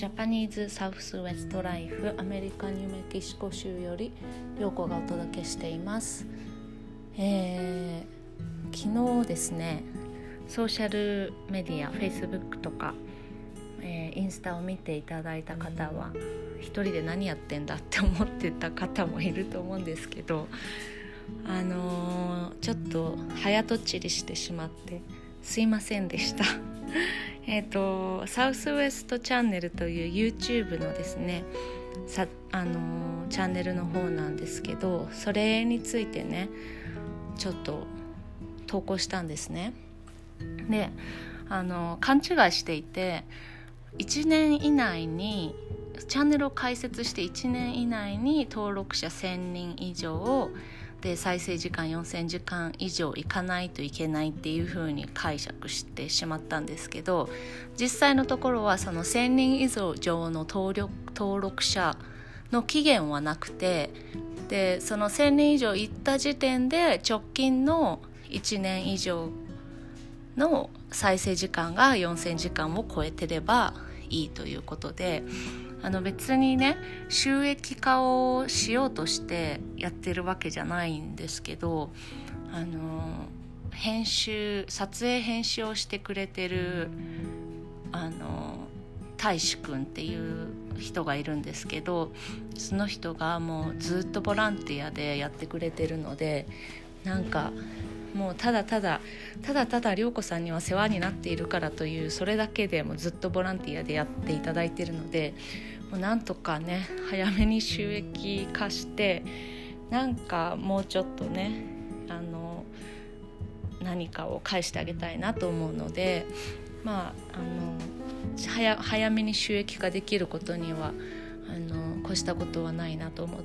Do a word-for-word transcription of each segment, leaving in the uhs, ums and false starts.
ジャパニーズサウスウェストライフアメリカニューメキシコ州より陽子がお届けしています。えー、昨日ですね、ソーシャルメディア Facebook とか、えー、インスタを見ていただいた方は一人で何やってんだって思ってた方もいると思うんですけど、あのー、ちょっと早とちりしてしまってすいませんでしたえっとサウスウエストチャンネルという YouTube のですねさ、あのー、チャンネルの方なんですけど、それについてねちょっと投稿したんですね。で、あのー、勘違いしていて、いちねん以内にチャンネルを開設していちねん以内に登録者せんにん以上で再生時間よんせんじかん以上いかないといけないっていう風に解釈してしまったんですけど、実際のところはそのせんにん以上の登録、登録者の期限はなくて、でそのせんにん以上いった時点で直近のいちねん以上の再生時間がよんせんじかんを超えてればいいということで、あの別にね収益化をしようとしてやってるわけじゃないんですけど、あの編集撮影編集をしてくれてるあの大志くんっていう人がいるんですけど、その人がもうずっとボランティアでやってくれてるので、なんかもうただただただただ涼子さんには世話になっているからというそれだけでもうずっとボランティアでやっていただいているので、もうなんとかね早めに収益化して、なんかもうちょっとねあの何かを返してあげたいなと思うので、まああの 早, 早めに収益化できることにはあの越したことはないなと思って、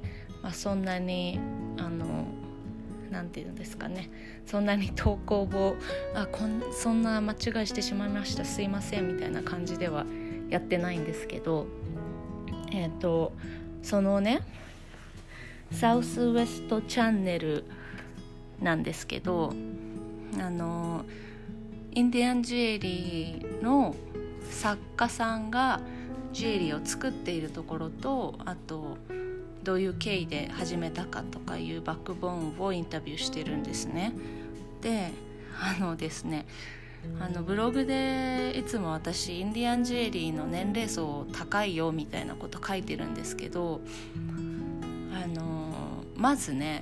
まあ、そんなにあのなんていうんですかね、そんなに投稿をあこんそんな間違いしてしまいましたすいませんみたいな感じではやってないんですけど、えーとそのねサウスウエストチャンネルなんですけど、あのインディアンジュエリーの作家さんがジュエリーを作っているところと、あとどういう経緯で始めたかとかいうバックボーンをインタビューしてるんですね。で、あのですねあのブログでいつも私インディアンジュエリーの年齢層高いよみたいなこと書いてるんですけど、あのまずね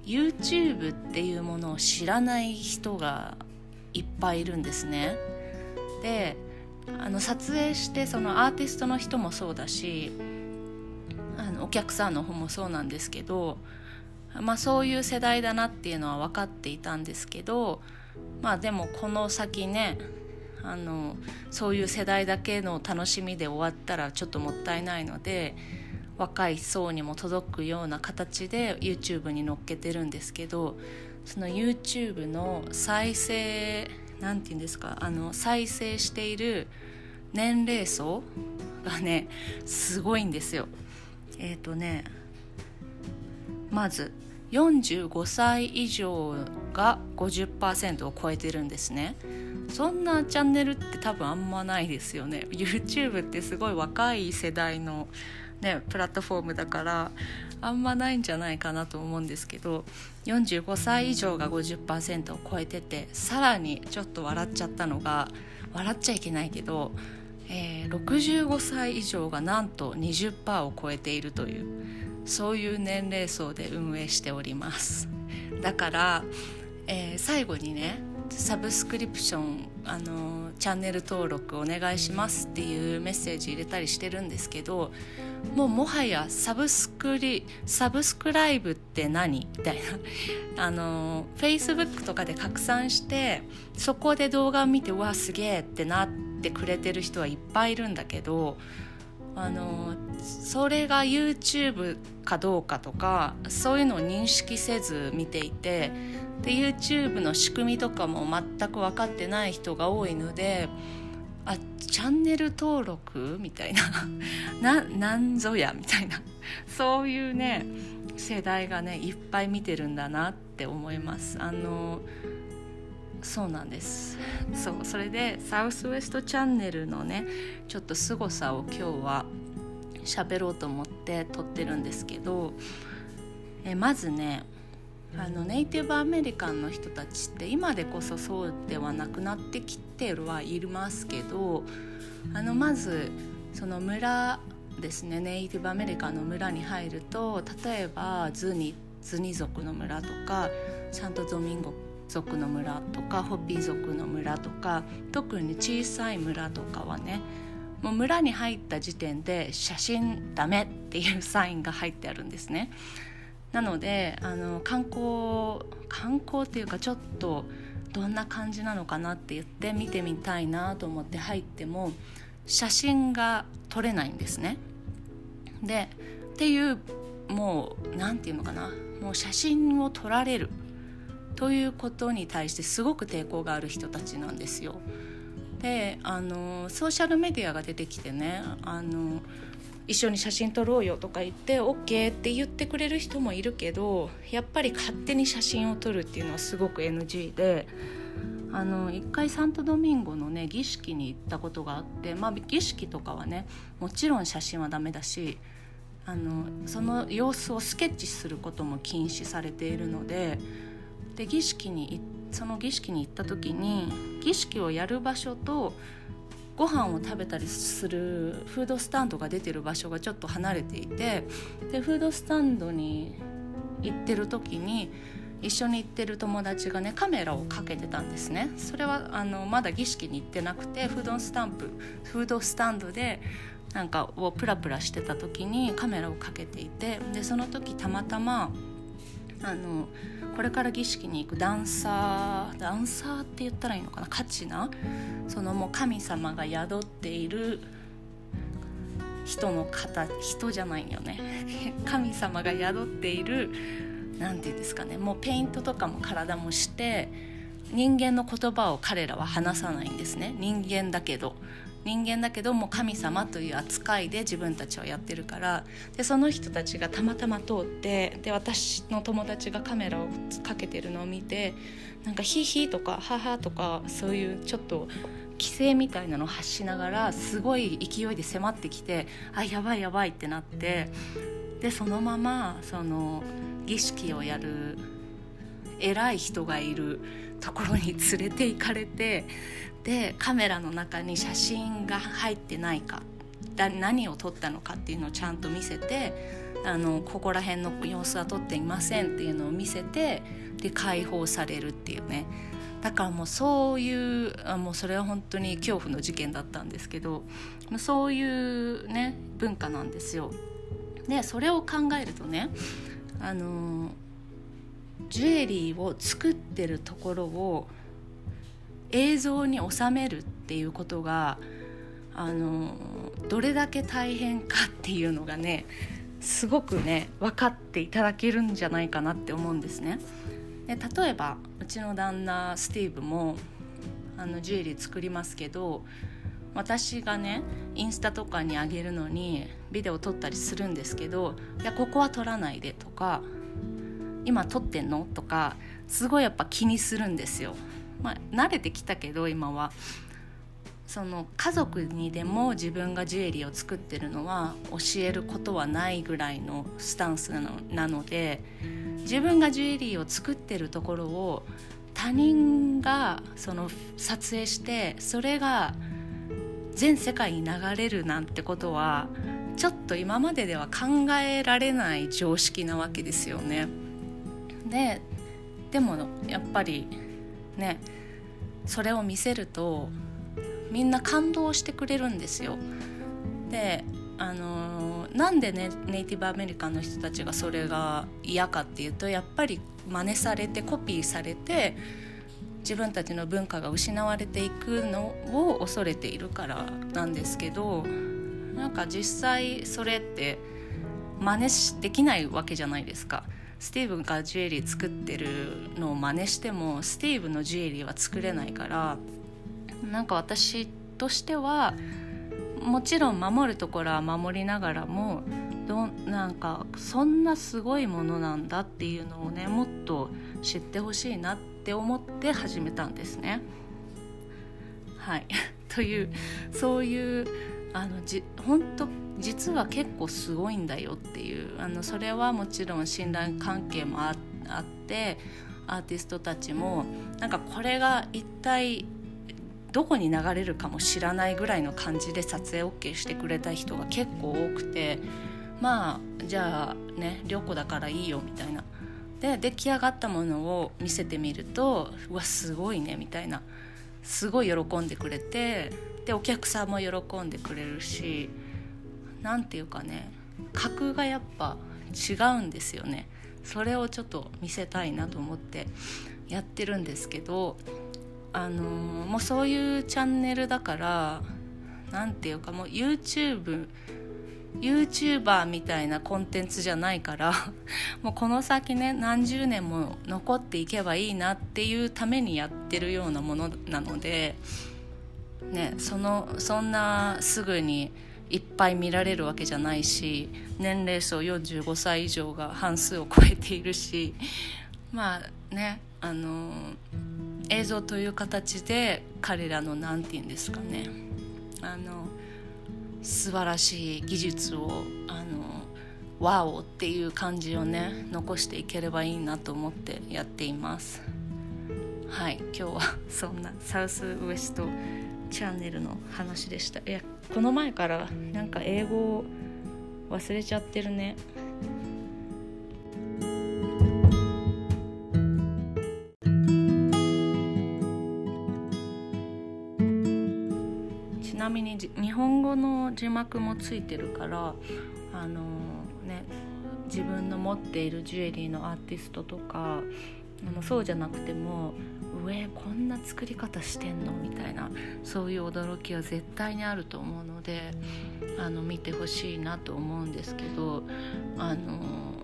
YouTube っていうものを知らない人がいっぱいいるんですね。で、あの撮影してそのアーティストの人もそうだし、あのお客さんの方もそうなんですけど、まあそういう世代だなっていうのは分かっていたんですけど、まあでもこの先ねあのそういう世代だけの楽しみで終わったらちょっともったいないので、若い層にも届くような形で YouTube に載っけてるんですけど、その YouTube の再生なんていうんですか、あの再生している年齢層がねすごいんですよ。えっとねまずよんじゅうごさい以上が ごじゅっパーセント を超えてるんですね。そんなチャンネルって多分あんまないですよね。 YouTube ってすごい若い世代の、ね、プラットフォームだからあんまないんじゃないかなと思うんですけど、よんじゅうごさい以上が ごじゅっパーセント を超えてて、さらにちょっと笑っちゃったのが、笑っちゃいけないけど、えー、ろくじゅうごさい以上がなんと にじゅっパーセント を超えているという、そういう年齢層で運営しております。だから、えー、最後にねサブスクリプション、あのー、チャンネル登録お願いしますっていうメッセージ入れたりしてるんですけど、もうもはやサブスクリサブスクライブって何みたいなあのー、Facebook とかで拡散してそこで動画を見てうわすげえってなってくれてる人はいっぱいいるんだけど、あのそれが YouTube かどうかとかそういうのを認識せず見ていて、で YouTube の仕組みとかも全く分かってない人が多いので、あチャンネル登録みたいなななんぞやみたいな、そういうね世代がねいっぱい見てるんだなって思います。あのそうなんです。そうそれでサウスウエストチャンネルのねちょっと凄さを今日は喋ろうと思って撮ってるんですけど、えまずねあのネイティブアメリカンの人たちって今でこそそうではなくなってきてはいますけど、あのまずその村ですね、ネイティブアメリカンの村に入ると、例えばズニズニ族の村とかサントドミンゴ族の村とかホピー族の村とか、特に小さい村とかはね、もう村に入った時点で写真ダメっていうサインが入ってあるんですね。なのであの観光観光っていうかちょっとどんな感じなのかなって言って見てみたいなと思って入っても写真が撮れないんですね。でっていうもうなんていうのかな、もう写真を撮られるということに対してすごく抵抗がある人たちなんですよ。であのソーシャルメディアが出てきてね、あの一緒に写真撮ろうよとか言って OK って言ってくれる人もいるけど、やっぱり勝手に写真を撮るっていうのはすごく エヌジー で、あの一回サントドミンゴのね儀式に行ったことがあって、まあ儀式とかはねもちろん写真はダメだし、あのその様子をスケッチすることも禁止されているので、で儀式にその儀式に行った時に儀式をやる場所とご飯を食べたりするフードスタンドが出てる場所がちょっと離れていて、でフードスタンドに行ってる時に一緒に行ってる友達がねカメラをかけてたんですね。それはあのまだ儀式に行ってなくて、フードスタンプフードスタンドでなんかをプラプラしてた時にカメラをかけていて、でその時たまたまあのこれから儀式に行くダンサーダンサーって言ったらいいのかな、価値なそのもう神様が宿っている人の方人じゃないよね神様が宿っているなんていうんですかね、もうペイントとかも体もして人間の言葉を彼らは話さないんですね。人間だけど人間だけどもう神様という扱いで自分たちはやってるから、でその人たちがたまたま通って、で私の友達がカメラをかけてるのを見て、なんかヒーヒーとかハハとかそういうちょっと規制みたいなのを発しながらすごい勢いで迫ってきて、あやばいやばいってなって、でそのままその儀式をやる偉い人がいるところに連れて行かれて、でカメラの中に写真が入ってないか、だ何を撮ったのかっていうのをちゃんと見せて、あのここら辺の様子は撮っていませんっていうのを見せて、で解放されるっていうね。だからもうそういうもうそれは本当に恐怖の事件だったんですけど、そういうね文化なんですよ。でそれを考えるとね、あのジュエリーを作ってるところを映像に収めるっていうことがあのどれだけ大変かっていうのがねすごくね分かっていただけるんじゃないかなって思うんですね。で例えばうちの旦那スティーブもあのジュエリー作りますけど、私がねインスタとかに上げるのにビデオ撮ったりするんですけど、いやここは撮らないでとか、今撮ってんのとかすごいやっぱ気にするんですよ。まあ、慣れてきたけど今はその家族にでも自分がジュエリーを作ってるのは教えることはないぐらいのスタンスなの、なので自分がジュエリーを作ってるところを他人がその撮影してそれが全世界に流れるなんてことはちょっと今まででは考えられない常識なわけですよね。で、でもやっぱりね、それを見せるとみんな感動してくれるんですよ。で、あのなんでねネイティブアメリカンの人たちがそれが嫌かっていうと、やっぱり真似されてコピーされて自分たちの文化が失われていくのを恐れているからなんですけど、なんか実際それって真似できないわけじゃないですか。スティーブがジュエリー作ってるのを真似してもスティーブのジュエリーは作れないから、なんか私としてはもちろん守るところは守りながらもどなんかそんなすごいものなんだっていうのをねもっと知ってほしいなってって思って始めたんですね。はいというそういうあのじ本当実は結構すごいんだよっていうあのそれはもちろん信頼関係も あ, あってアーティストたちもなんかこれが一体どこに流れるかも知らないぐらいの感じで撮影 OK してくれた人が結構多くて、まあじゃあね涼子だからいいよみたいなで出来上がったものを見せてみるとうわすごいねみたいなすごい喜んでくれてでお客さんも喜んでくれるしなんていうかね格がやっぱ違うんですよね。それをちょっと見せたいなと思ってやってるんですけどあのー、もうそういうチャンネルだからなんていうかもう YouTube YouTuber みたいなコンテンツじゃないからもうこの先ね何十年も残っていけばいいなっていうためにやってるようなものなので、ね、そのそんなすぐにいっぱい見られるわけじゃないし年齢層よんじゅうごさい以上が半数を超えているしまあねあの映像という形で彼らのなんていうんですかねあの素晴らしい技術をあのワオっていう感じをね残していければいいなと思ってやっています。はい今日はそんなサウスウエストチャンネルの話でした。いやこの前からなんか英語を忘れちゃってるね。ちなみに日本語の字幕もついてるからあのね自分の持っているジュエリーのアーティストとかそうじゃなくても上こんな作り方してんのみたいなそういう驚きは絶対にあると思うのであの見てほしいなと思うんですけどあの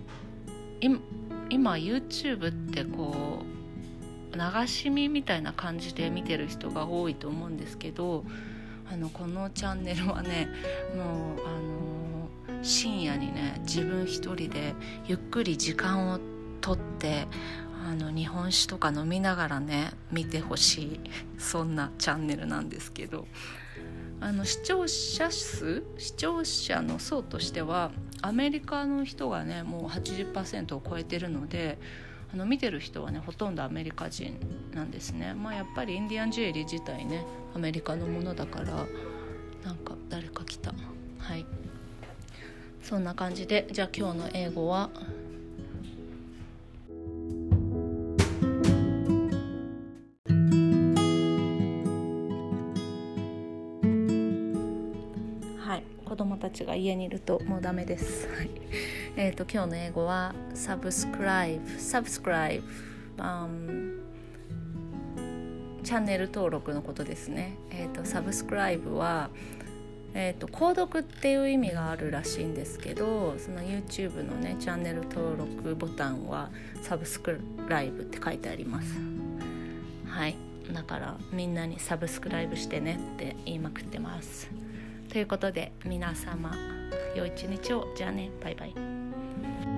今 YouTube ってこう流し見みたいな感じで見てる人が多いと思うんですけどあのこのチャンネルはねもうあの深夜にね自分一人でゆっくり時間をとってあの日本酒とか飲みながらね見てほしいそんなチャンネルなんですけどあの視聴者数視聴者の層としてはアメリカの人がねもう はちじゅっパーセント を超えてるのであの見てる人はねほとんどアメリカ人なんですね。まあやっぱりインディアンジュエリー自体ねアメリカのものだからなんか誰か来た。はいそんな感じでじゃあ今日の英語は子供たちが家にいるともうダメです。えっと今日の英語は subscribe subscribe、um、チャンネル登録のことですね。えっと subscribe はえっと購読っていう意味があるらしいんですけどその YouTube のねチャンネル登録ボタンは subscribe って書いてあります。はいだからみんなに subscribe してねって言いまくってます。ということで皆様良い一日を。じゃあねバイバイ。